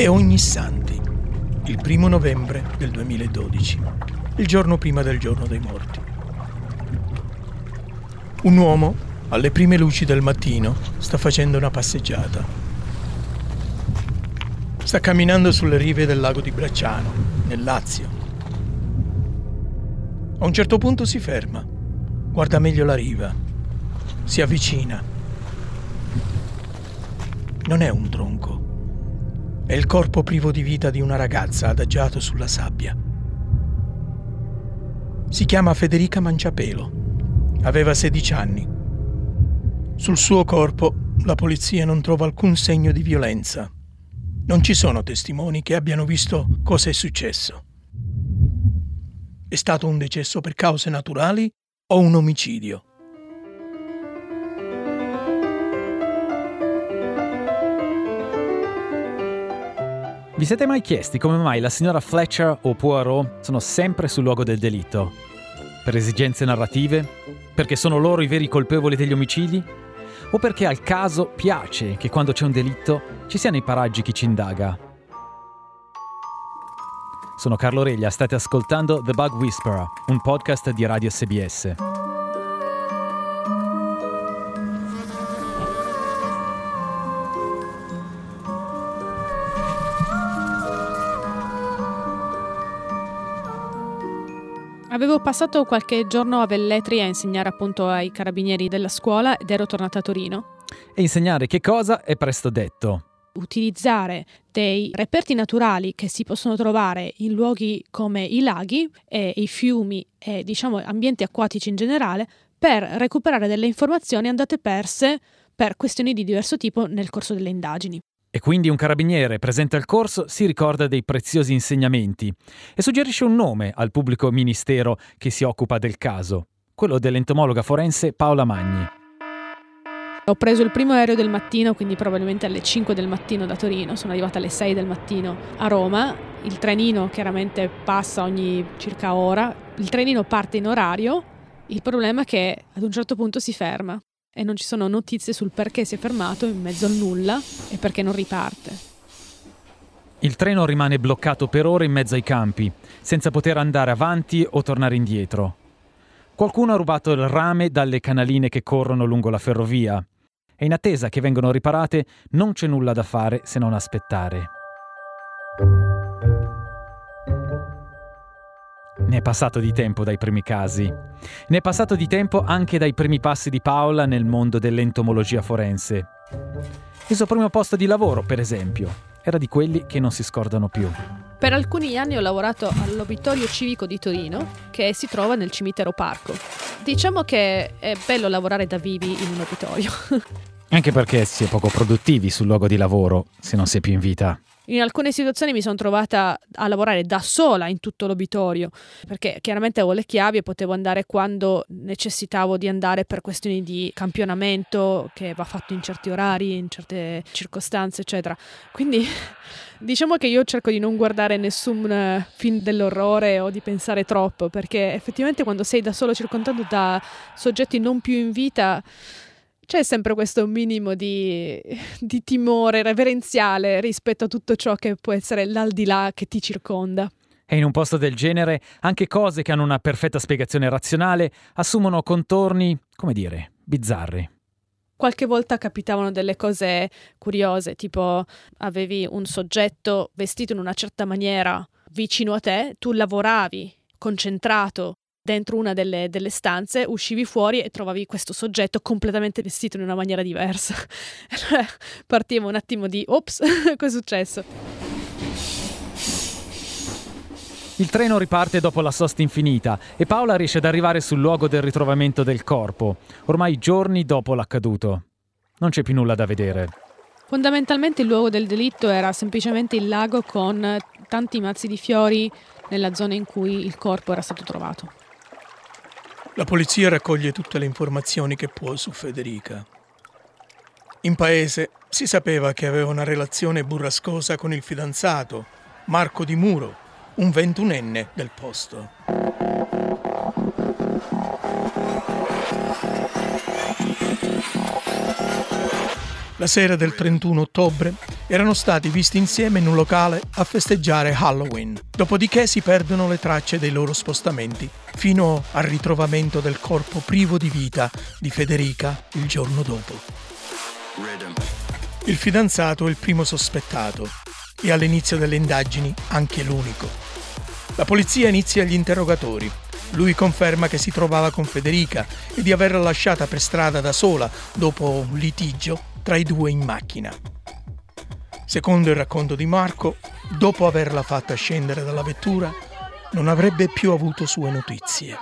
È Ognissanti, il 1 novembre del 2012, il giorno prima del giorno dei morti. Un uomo, alle prime luci del mattino, sta facendo una passeggiata. Sta camminando sulle rive del lago di Bracciano, nel Lazio. A un certo punto si ferma, guarda meglio la riva, si avvicina. Non è un tronco. È il corpo privo di vita di una ragazza adagiato sulla sabbia. Si chiama Federica Manciapelo. Aveva 16 anni. Sul suo corpo la polizia non trova alcun segno di violenza. Non ci sono testimoni che abbiano visto cosa è successo. È stato un decesso per cause naturali o un omicidio? Vi siete mai chiesti come mai la signora Fletcher o Poirot sono sempre sul luogo del delitto? Per esigenze narrative? Perché sono loro i veri colpevoli degli omicidi? O perché al caso piace che quando c'è un delitto ci sia nei paraggi chi ci indaga? Sono Carlo Reglia, state ascoltando The Bug Whisperer, un podcast di Radio SBS. Avevo passato qualche giorno a Velletri a insegnare appunto ai carabinieri della scuola ed ero tornata a Torino. E insegnare che cosa è presto detto. Utilizzare dei reperti naturali che si possono trovare in luoghi come i laghi e i fiumi e ambienti acquatici in generale per recuperare delle informazioni andate perse per questioni di diverso tipo nel corso delle indagini. E quindi un carabiniere presente al corso si ricorda dei preziosi insegnamenti e suggerisce un nome al pubblico ministero che si occupa del caso, quello dell'entomologa forense Paola Magni. Ho preso il primo aereo del mattino, quindi probabilmente alle 5 del mattino da Torino, sono arrivata alle 6 del mattino a Roma, il trenino chiaramente passa ogni circa ora, il trenino parte in orario, il problema è che ad un certo punto si ferma. E non ci sono notizie sul perché si è fermato in mezzo al nulla e perché non riparte. Il treno rimane bloccato per ore in mezzo ai campi, senza poter andare avanti o tornare indietro. Qualcuno ha rubato il rame dalle canaline che corrono lungo la ferrovia e in attesa che vengano riparate non c'è nulla da fare se non aspettare. Ne è passato di tempo dai primi casi. Ne è passato di tempo anche dai primi passi di Paola nel mondo dell'entomologia forense. Il suo primo posto di lavoro, per esempio, era di quelli che non si scordano più. Per alcuni anni ho lavorato all'Obitorio Civico di Torino, che si trova nel cimitero Parco. Diciamo che è bello lavorare da vivi in un obitorio. Anche perché si è poco produttivi sul luogo di lavoro, se non si è più in vita. In alcune situazioni mi sono trovata a lavorare da sola in tutto l'obitorio, perché chiaramente avevo le chiavi e potevo andare quando necessitavo di andare per questioni di campionamento che va fatto in certi orari, in certe circostanze, eccetera. Quindi diciamo che io cerco di non guardare nessun film dell'orrore o di pensare troppo, perché effettivamente quando sei da solo circondato da soggetti non più in vita c'è sempre questo minimo di timore reverenziale rispetto a tutto ciò che può essere l'aldilà che ti circonda. E in un posto del genere anche cose che hanno una perfetta spiegazione razionale assumono contorni, come dire, bizzarri. Qualche volta capitavano delle cose curiose, tipo avevi un soggetto vestito in una certa maniera vicino a te, tu lavoravi concentrato dentro una delle stanze, uscivi fuori e trovavi questo soggetto completamente vestito in una maniera diversa. Allora partiva un attimo di ops, cosa è successo? Il treno riparte dopo la sosta infinita e Paola riesce ad arrivare sul luogo del ritrovamento del corpo, ormai giorni dopo l'accaduto. Non c'è più nulla da vedere. Fondamentalmente il luogo del delitto era semplicemente il lago con tanti mazzi di fiori nella zona in cui il corpo era stato trovato. La polizia raccoglie tutte le informazioni che può su Federica. In paese si sapeva che aveva una relazione burrascosa con il fidanzato, Marco Di Muro, un 21enne del posto. La sera del 31 ottobre Erano stati visti insieme in un locale a festeggiare Halloween. Dopodiché si perdono le tracce dei loro spostamenti, fino al ritrovamento del corpo privo di vita di Federica il giorno dopo. Il fidanzato è il primo sospettato e all'inizio delle indagini anche l'unico. La polizia inizia gli interrogatori. Lui conferma che si trovava con Federica e di averla lasciata per strada da sola dopo un litigio tra i due in macchina. Secondo il racconto di Marco, dopo averla fatta scendere dalla vettura, non avrebbe più avuto sue notizie.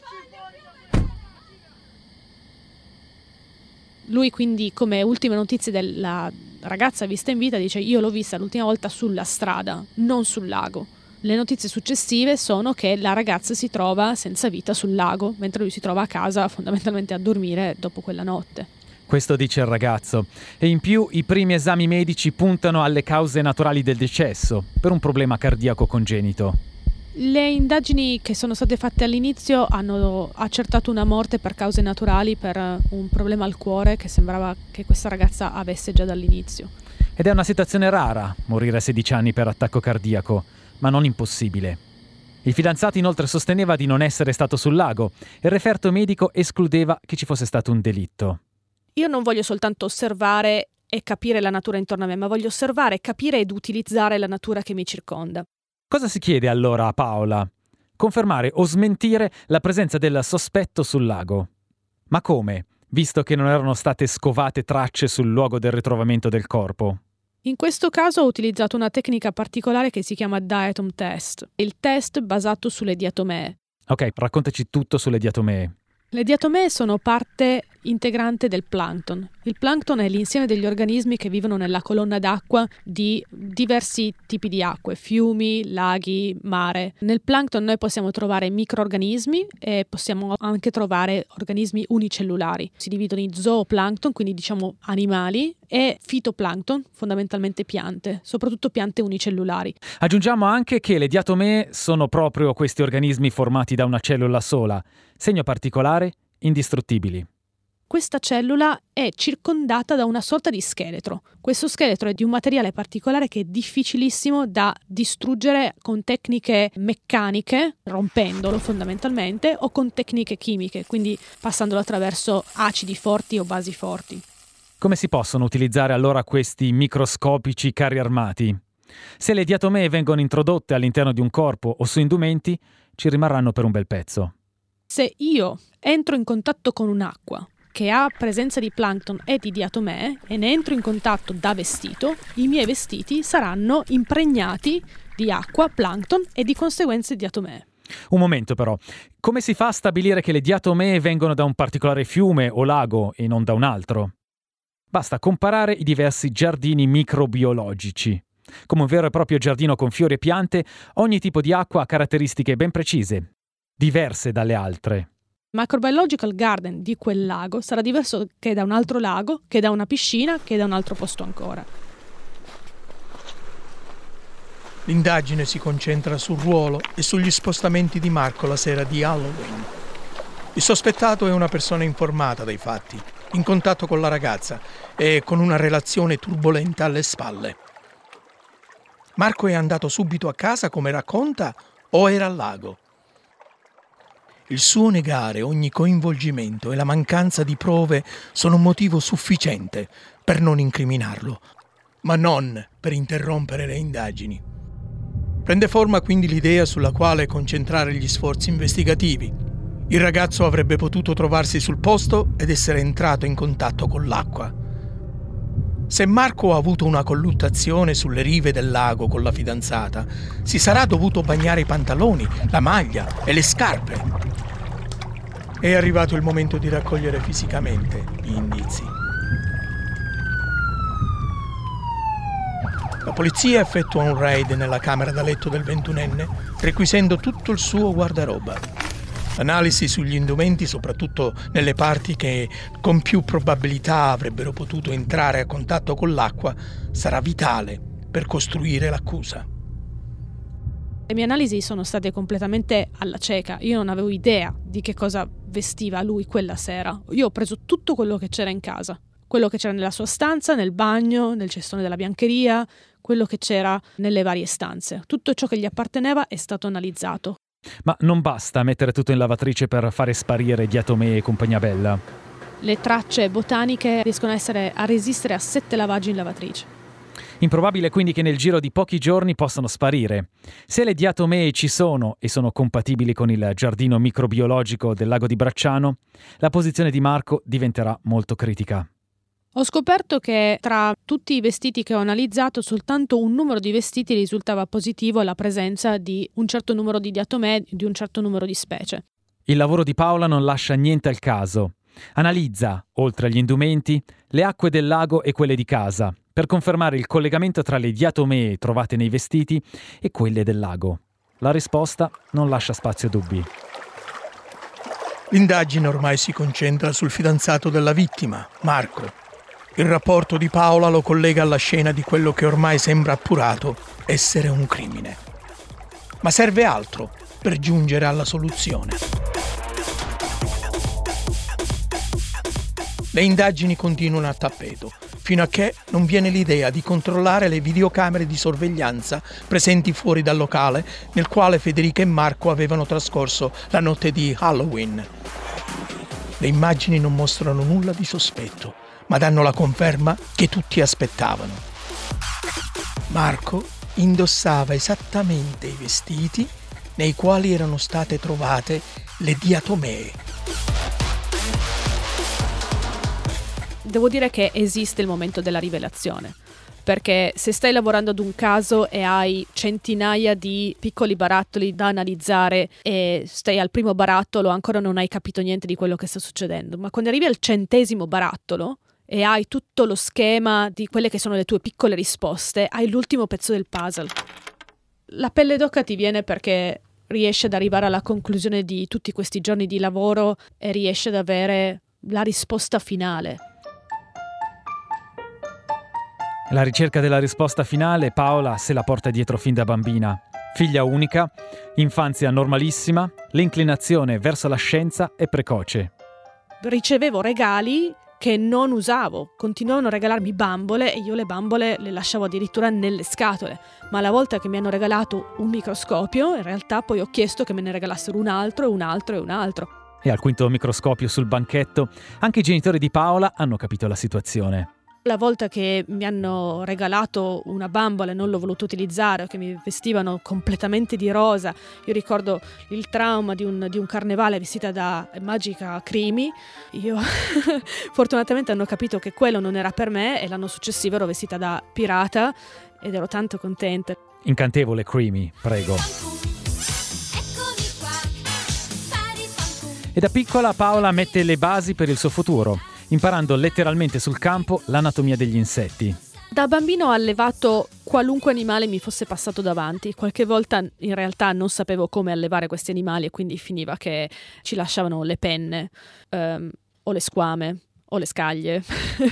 Lui quindi, come ultime notizie della ragazza vista in vita, dice: io l'ho vista l'ultima volta sulla strada, non sul lago. Le notizie successive sono che la ragazza si trova senza vita sul lago, mentre lui si trova a casa fondamentalmente a dormire dopo quella notte. Questo dice il ragazzo. E in più i primi esami medici puntano alle cause naturali del decesso, per un problema cardiaco congenito. Le indagini che sono state fatte all'inizio hanno accertato una morte per cause naturali per un problema al cuore che sembrava che questa ragazza avesse già dall'inizio. Ed è una situazione rara, morire a 16 anni per attacco cardiaco, ma non impossibile. Il fidanzato inoltre sosteneva di non essere stato sul lago e il referto medico escludeva che ci fosse stato un delitto. Io non voglio soltanto osservare e capire la natura intorno a me, ma voglio osservare, capire ed utilizzare la natura che mi circonda. Cosa si chiede allora a Paola? Confermare o smentire la presenza del sospetto sul lago. Ma come, visto che non erano state scovate tracce sul luogo del ritrovamento del corpo? In questo caso ho utilizzato una tecnica particolare che si chiama diatom test, il test basato sulle diatomee. Ok, raccontaci tutto sulle diatomee. Le diatomee sono parte integrante del plankton. Il plankton è l'insieme degli organismi che vivono nella colonna d'acqua di diversi tipi di acque, fiumi, laghi, mare. Nel plankton noi possiamo trovare microorganismi e possiamo anche trovare organismi unicellulari. Si dividono in zooplankton, quindi diciamo animali, e fitoplankton, fondamentalmente piante, soprattutto piante unicellulari. Aggiungiamo anche che le diatomee sono proprio questi organismi formati da una cellula sola, segno particolare, indistruttibili. Questa cellula è circondata da una sorta di scheletro. Questo scheletro è di un materiale particolare che è difficilissimo da distruggere con tecniche meccaniche, rompendolo fondamentalmente, o con tecniche chimiche, quindi passandolo attraverso acidi forti o basi forti. Come si possono utilizzare allora questi microscopici carri armati? Se le diatomee vengono introdotte all'interno di un corpo o su indumenti, ci rimarranno per un bel pezzo. Se io entro in contatto con un'acqua che ha presenza di plankton e di diatomee e ne entro in contatto da vestito, i miei vestiti saranno impregnati di acqua, plankton e di conseguenza diatomee. Un momento però, come si fa a stabilire che le diatomee vengono da un particolare fiume o lago e non da un altro? Basta comparare i diversi giardini microbiologici. Come un vero e proprio giardino con fiori e piante, ogni tipo di acqua ha caratteristiche ben precise, diverse dalle altre. Il microbiological garden di quel lago sarà diverso che da un altro lago, che da una piscina, che da un altro posto ancora. L'indagine si concentra sul ruolo e sugli spostamenti di Marco la sera di Halloween. Il sospettato è una persona informata dei fatti, in contatto con la ragazza e con una relazione turbolenta alle spalle. Marco è andato subito a casa come racconta o era al lago? Il suo negare ogni coinvolgimento e la mancanza di prove sono un motivo sufficiente per non incriminarlo, ma non per interrompere le indagini. Prende forma quindi l'idea sulla quale concentrare gli sforzi investigativi. Il ragazzo avrebbe potuto trovarsi sul posto ed essere entrato in contatto con l'acqua. Se Marco ha avuto una colluttazione sulle rive del lago con la fidanzata, si sarà dovuto bagnare i pantaloni, la maglia e le scarpe. È arrivato il momento di raccogliere fisicamente gli indizi. La polizia effettua un raid nella camera da letto del 21enne, requisendo tutto il suo guardaroba. L'analisi sugli indumenti, soprattutto nelle parti che con più probabilità avrebbero potuto entrare a contatto con l'acqua, sarà vitale per costruire l'accusa. Le mie analisi sono state completamente alla cieca. Io non avevo idea di che cosa vestiva lui quella sera. Io ho preso tutto quello che c'era in casa. quello che c'era nella sua stanza, nel bagno, nel cestone della biancheria, quello che c'era nelle varie stanze. Tutto ciò che gli apparteneva è stato analizzato. Ma non basta mettere tutto in lavatrice per fare sparire diatomee e compagnia bella. Le tracce botaniche riescono a resistere a 7 lavaggi in lavatrice. Improbabile quindi che nel giro di pochi giorni possano sparire. Se le diatomee ci sono e sono compatibili con il giardino microbiologico del lago di Bracciano, la posizione di Marco diventerà molto critica. Ho scoperto che tra tutti i vestiti che ho analizzato soltanto un numero di vestiti risultava positivo alla presenza di un certo numero di diatomee di un certo numero di specie. Il lavoro di Paola non lascia niente al caso. Analizza, oltre agli indumenti, le acque del lago e quelle di casa, per confermare il collegamento tra le diatomee trovate nei vestiti e quelle del lago. La risposta non lascia spazio a dubbi. L'indagine ormai si concentra sul fidanzato della vittima, Marco. Il rapporto di Paola lo collega alla scena di quello che ormai sembra appurato essere un crimine. Ma serve altro per giungere alla soluzione. Le indagini continuano a tappeto, fino a che non viene l'idea di controllare le videocamere di sorveglianza presenti fuori dal locale nel quale Federica e Marco avevano trascorso la notte di Halloween. Le immagini non mostrano nulla di sospetto, ma danno la conferma che tutti aspettavano. Marco indossava esattamente i vestiti nei quali erano state trovate le diatomee. Devo dire che esiste il momento della rivelazione, perché se stai lavorando ad un caso e hai centinaia di piccoli barattoli da analizzare e stai al primo barattolo, ancora non hai capito niente di quello che sta succedendo, ma quando arrivi al 100° barattolo e hai tutto lo schema di quelle che sono le tue piccole risposte, hai l'ultimo pezzo del puzzle. La pelle d'oca ti viene perché riesci ad arrivare alla conclusione di tutti questi giorni di lavoro e riesci ad avere la risposta finale. La ricerca della risposta finale Paola se la porta dietro fin da bambina. Figlia unica, infanzia normalissima, l'inclinazione verso la scienza è precoce. Ricevevo regali che non usavo, continuavano a regalarmi bambole e io le bambole le lasciavo addirittura nelle scatole, ma la volta che mi hanno regalato un microscopio, in realtà poi ho chiesto che me ne regalassero un altro e un altro e un altro. E al quinto microscopio sul banchetto, anche i genitori di Paola hanno capito la situazione. La volta che mi hanno regalato una bambola e non l'ho voluto utilizzare, o che mi vestivano completamente di rosa, io ricordo il trauma di un carnevale vestita da magica Creamy. Io fortunatamente hanno capito che quello non era per me e l'anno successivo ero vestita da pirata ed ero tanto contenta. Incantevole Creamy, prego. E da piccola Paola mette le basi per il suo futuro, imparando letteralmente sul campo l'anatomia degli insetti. Da bambino ho allevato qualunque animale mi fosse passato davanti. Qualche volta in realtà non sapevo come allevare questi animali e quindi finiva che ci lasciavano le penne, o le squame, o le scaglie.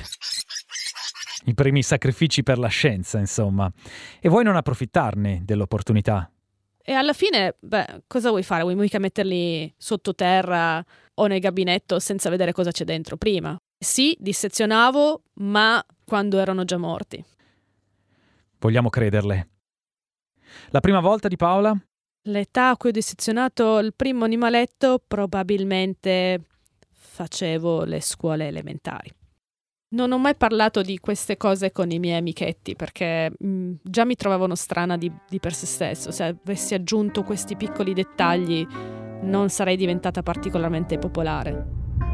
I primi sacrifici per la scienza, insomma. E vuoi non approfittarne dell'opportunità? E alla fine, cosa vuoi fare? Vuoi mica metterli sottoterra o nel gabinetto senza vedere cosa c'è dentro prima? Sì, dissezionavo, ma quando erano già morti. Vogliamo crederle. La prima volta di Paola? L'età a cui ho dissezionato il primo animaletto probabilmente facevo le scuole elementari. Non ho mai parlato di queste cose con i miei amichetti perché già mi trovavano strana di per se stesso. Se avessi aggiunto questi piccoli dettagli non sarei diventata particolarmente popolare.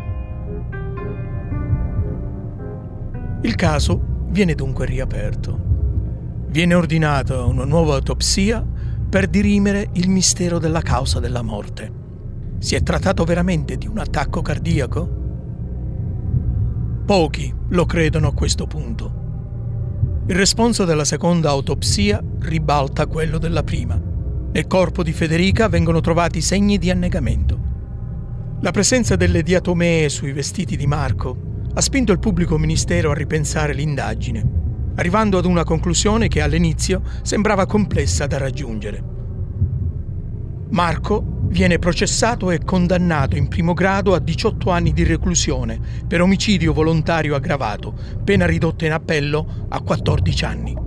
Il caso viene dunque riaperto. Viene ordinata una nuova autopsia per dirimere il mistero della causa della morte. Si è trattato veramente di un attacco cardiaco? Pochi lo credono a questo punto. Il responso della seconda autopsia ribalta quello della prima. Nel corpo di Federica vengono trovati segni di annegamento. La presenza delle diatomee sui vestiti di Marco ha spinto il pubblico ministero a ripensare l'indagine, arrivando ad una conclusione che all'inizio sembrava complessa da raggiungere. Marco Viene processato e condannato in primo grado a 18 anni di reclusione per omicidio volontario aggravato, pena ridotta in appello a 14 anni.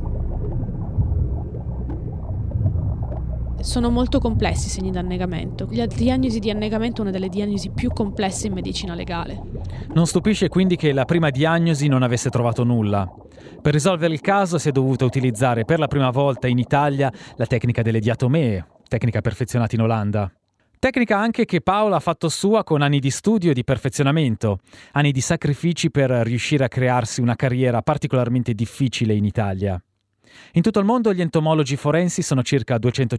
Sono molto complessi i segni di annegamento. La diagnosi di annegamento è una delle diagnosi più complesse in medicina legale. Non stupisce quindi che la prima diagnosi non avesse trovato nulla. Per risolvere il caso si è dovuta utilizzare per la prima volta in Italia la tecnica delle diatomee, tecnica perfezionata in Olanda. Tecnica anche che Paola ha fatto sua con anni di studio e di perfezionamento, anni di sacrifici per riuscire a crearsi una carriera particolarmente difficile in Italia. In tutto il mondo gli entomologi forensi sono circa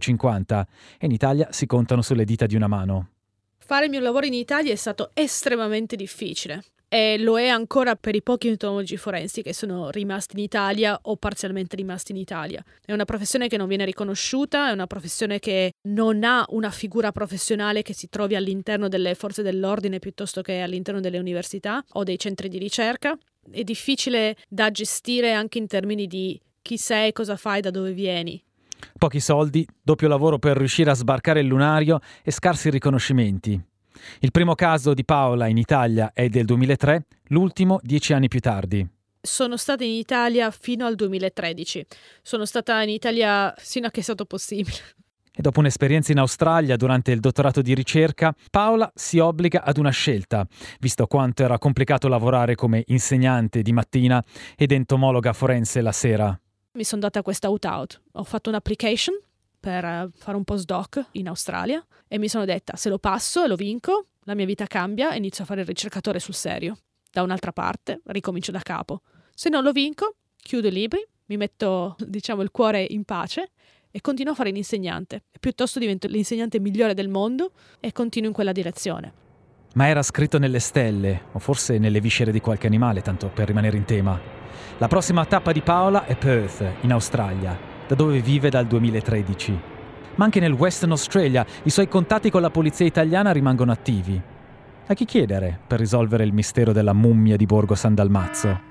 250 e in Italia si contano sulle dita di una mano. Fare il mio lavoro in Italia è stato estremamente difficile e lo è ancora per i pochi entomologi forensi che sono rimasti in Italia o parzialmente rimasti in Italia. È una professione che non viene riconosciuta, è una professione che non ha una figura professionale che si trovi all'interno delle forze dell'ordine piuttosto che all'interno delle università o dei centri di ricerca. È difficile da gestire anche in termini di chi sei, cosa fai, da dove vieni. Pochi soldi, doppio lavoro per riuscire a sbarcare il lunario e scarsi riconoscimenti. Il primo caso di Paola in Italia è del 2003, l'ultimo 10 anni più tardi. Sono stata in Italia fino al 2013. Sono stata in Italia sino a che è stato possibile. E dopo un'esperienza in Australia durante il dottorato di ricerca, Paola si obbliga ad una scelta, visto quanto era complicato lavorare come insegnante di mattina ed entomologa forense la sera. Mi sono data questa out. Ho fatto un'application per fare un postdoc in Australia e mi sono detta se lo passo e lo vinco, la mia vita cambia e inizio a fare il ricercatore sul serio. Da un'altra parte ricomincio da capo. Se non lo vinco, chiudo i libri, mi metto, il cuore in pace e continuo a fare l'insegnante. Piuttosto divento l'insegnante migliore del mondo e continuo in quella direzione. Ma era scritto nelle stelle, o forse nelle viscere di qualche animale, tanto per rimanere in tema. La prossima tappa di Paola è Perth, in Australia, da dove vive dal 2013. Ma anche nel Western Australia i suoi contatti con la polizia italiana rimangono attivi. A chi chiedere per risolvere il mistero della mummia di Borgo San Dalmazzo?